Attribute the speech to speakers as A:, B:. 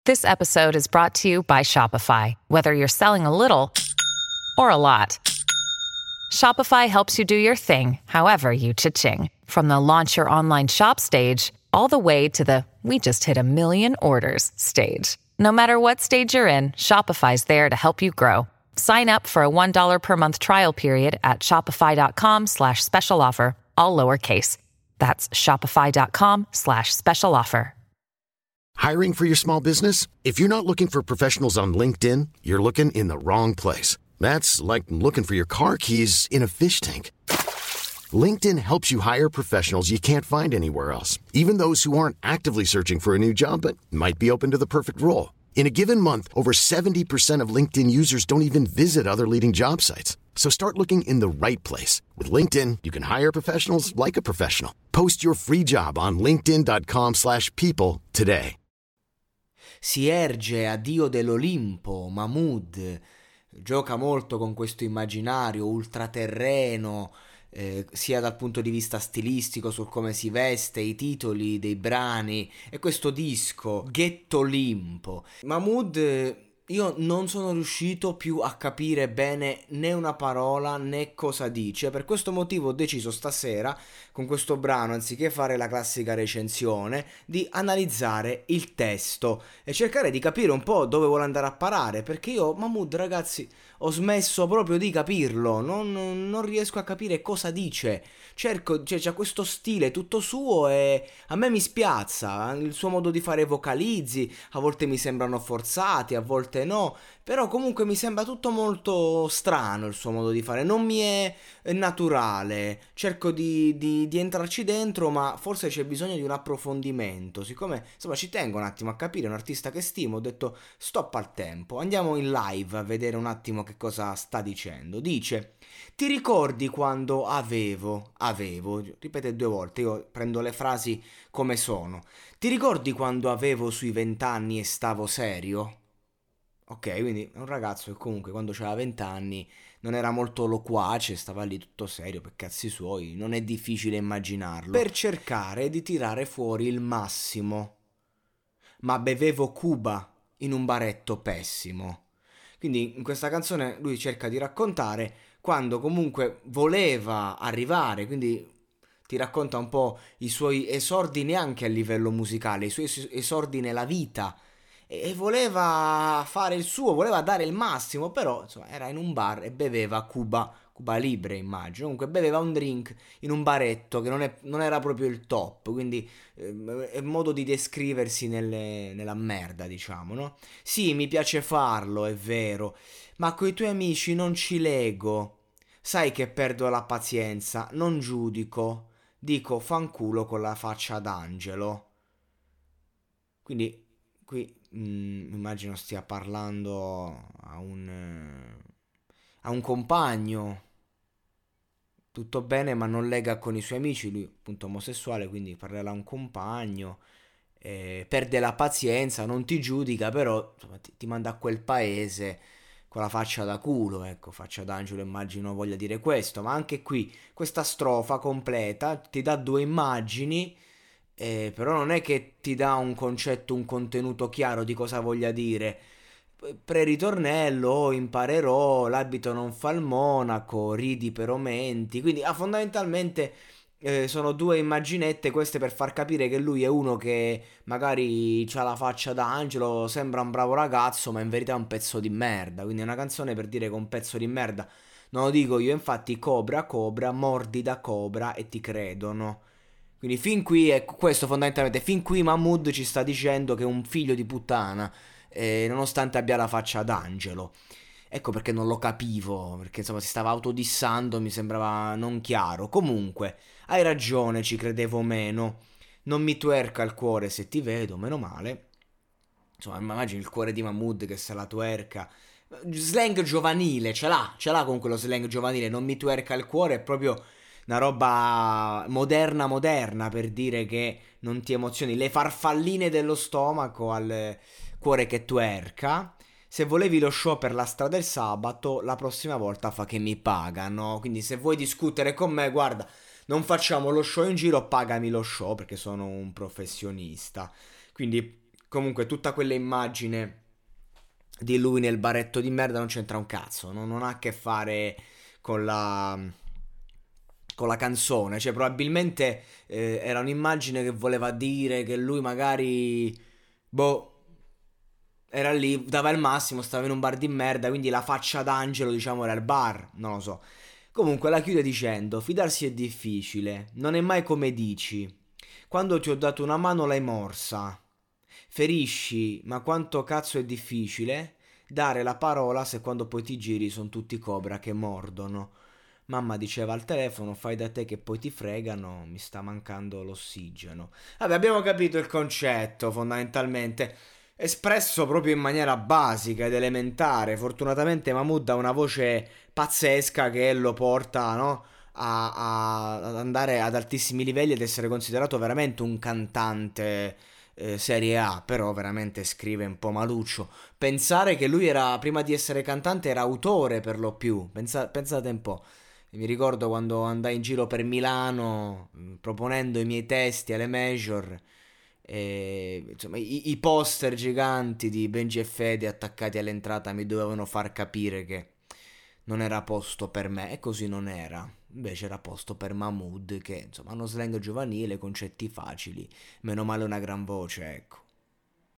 A: This episode is brought to you by Shopify. Whether you're selling a little or a lot, Shopify helps you do your thing, however you cha-ching. From the launch your online shop stage, all the way to the we just hit 1 million orders stage. No matter what stage you're in, Shopify's there to help you grow. Sign up for a $1 per month trial period at shopify.com/special offer, all lowercase. That's shopify.com/special offer.
B: Hiring for your small business? If you're not looking for professionals on LinkedIn, you're looking in the wrong place. That's like looking for your car keys in a fish tank. LinkedIn helps you hire professionals you can't find anywhere else, even those who aren't actively searching for a new job but might be open to the perfect role. In a given month, over 70% of LinkedIn users don't even visit other leading job sites. So start looking in the right place. With LinkedIn, you can hire professionals like a professional. Post your free job on linkedin.com/people today.
C: Si erge a dio dell'Olimpo, Mahmood, gioca molto con questo immaginario ultraterreno, sia dal punto di vista stilistico, sul come si veste, i titoli dei brani e questo disco Ghetto Olimpo. Mahmood, io non sono riuscito più a capire bene né una parola né cosa dice. Per questo motivo ho deciso stasera, con questo brano, anziché fare la classica recensione, di analizzare il testo e cercare di capire un po' dove vuole andare a parare, perché io, Mahmood, ragazzi, ho smesso proprio di capirlo, non riesco a capire cosa dice. Cerco, c'ha questo stile tutto suo e a me mi spiazza, il suo modo di fare vocalizzi, a volte mi sembrano forzati, a volte no, però comunque mi sembra tutto molto strano il suo modo di fare, non mi è naturale. Cerco di entrarci dentro, ma forse c'è bisogno di un approfondimento. Siccome insomma ci tengo un attimo a capire, è un artista che stimo, ho detto stop al tempo, andiamo in live a vedere un attimo che cosa sta dicendo. Dice: ti ricordi quando avevo, ripete 2 volte, io prendo le frasi come sono. Ti ricordi quando avevo sui 20 anni e stavo serio? Ok, quindi è un ragazzo che comunque quando aveva 20 anni non era molto loquace, stava lì tutto serio per cazzi suoi, non è difficile immaginarlo, per cercare di tirare fuori il massimo. Ma bevevo Cuba in un baretto pessimo. Quindi in questa canzone lui cerca di raccontare quando comunque voleva arrivare, quindi ti racconta un po' i suoi esordi neanche a livello musicale, i suoi esordi nella vita, e voleva fare il suo, voleva dare il massimo, però insomma era in un bar e beveva Cuba Libre, immagino, comunque beveva un drink in un baretto che non era proprio il top, quindi è un modo di descriversi nella merda, diciamo, no? Sì, mi piace farlo, è vero, ma coi tuoi amici non ci leggo, sai che perdo la pazienza, non giudico, dico fanculo con la faccia d'angelo. Quindi qui immagino stia parlando a un compagno, tutto bene, ma non lega con i suoi amici, lui appunto omosessuale, quindi parlerà a un compagno, perde la pazienza, non ti giudica, però insomma, ti manda a quel paese con la faccia da culo, ecco, faccia d'angelo immagino voglia dire questo, ma anche qui questa strofa completa ti dà 2 immagini, però non è che ti dà un concetto, un contenuto chiaro di cosa voglia dire. Pre-ritornello, imparerò, l'abito non fa il monaco, ridi però menti, quindi fondamentalmente sono 2 immaginette queste per far capire che lui è uno che magari ha la faccia da angelo, sembra un bravo ragazzo, ma in verità è un pezzo di merda, quindi è una canzone per dire che è un pezzo di merda, non lo dico io, infatti cobra, mordi da cobra e ti credono. Quindi fin qui è questo fondamentalmente, fin qui Mahmood ci sta dicendo che è un figlio di puttana, nonostante abbia la faccia d'angelo. Ecco perché non lo capivo, perché insomma si stava autodissando, mi sembrava non chiaro. Comunque, hai ragione, ci credevo meno. Non mi tuerca il cuore se ti vedo, meno male. Insomma, immagini il cuore di Mahmood che se la tuerca. Slang giovanile, ce l'ha con quello slang giovanile, non mi tuerca il cuore, è proprio una roba moderna per dire che non ti emozioni. Le farfalline dello stomaco al cuore che tuerca. Se volevi lo show per la strada del sabato, la prossima volta fa che mi pagano. Quindi se vuoi discutere con me, guarda, non facciamo lo show in giro, pagami lo show perché sono un professionista. Quindi Comunque tutta quella immagine di lui nel baretto di merda non c'entra un cazzo, non ha a che fare con la canzone, cioè probabilmente era un'immagine che voleva dire che lui magari, boh, era lì, dava il massimo, stava in un bar di merda, quindi la faccia d'angelo, diciamo, era il bar, non lo so. Comunque la chiude dicendo: fidarsi è difficile, non è mai come dici. Quando ti ho dato una mano l'hai morsa. Ferisci, ma quanto cazzo è difficile dare la parola se quando poi ti giri sono tutti cobra che mordono. Mamma diceva al telefono: fai da te che poi ti fregano, mi sta mancando l'ossigeno. Vabbè, abbiamo capito il concetto fondamentalmente, espresso proprio in maniera basica ed elementare. Fortunatamente Mahmood ha una voce pazzesca che lo porta, no? Ad andare ad altissimi livelli ed essere considerato veramente un cantante serie A, però veramente scrive un po' maluccio. Pensare che lui era, prima di essere cantante, era autore per lo più. Pensate un po'. Mi ricordo quando andai in giro per Milano proponendo i miei testi alle major. E, insomma, i poster giganti di Benji e Fede attaccati all'entrata mi dovevano far capire che non era posto per me, e così non era. Invece era posto per Mahmood, che insomma ha uno slang giovanile, concetti facili, meno male una gran voce, ecco.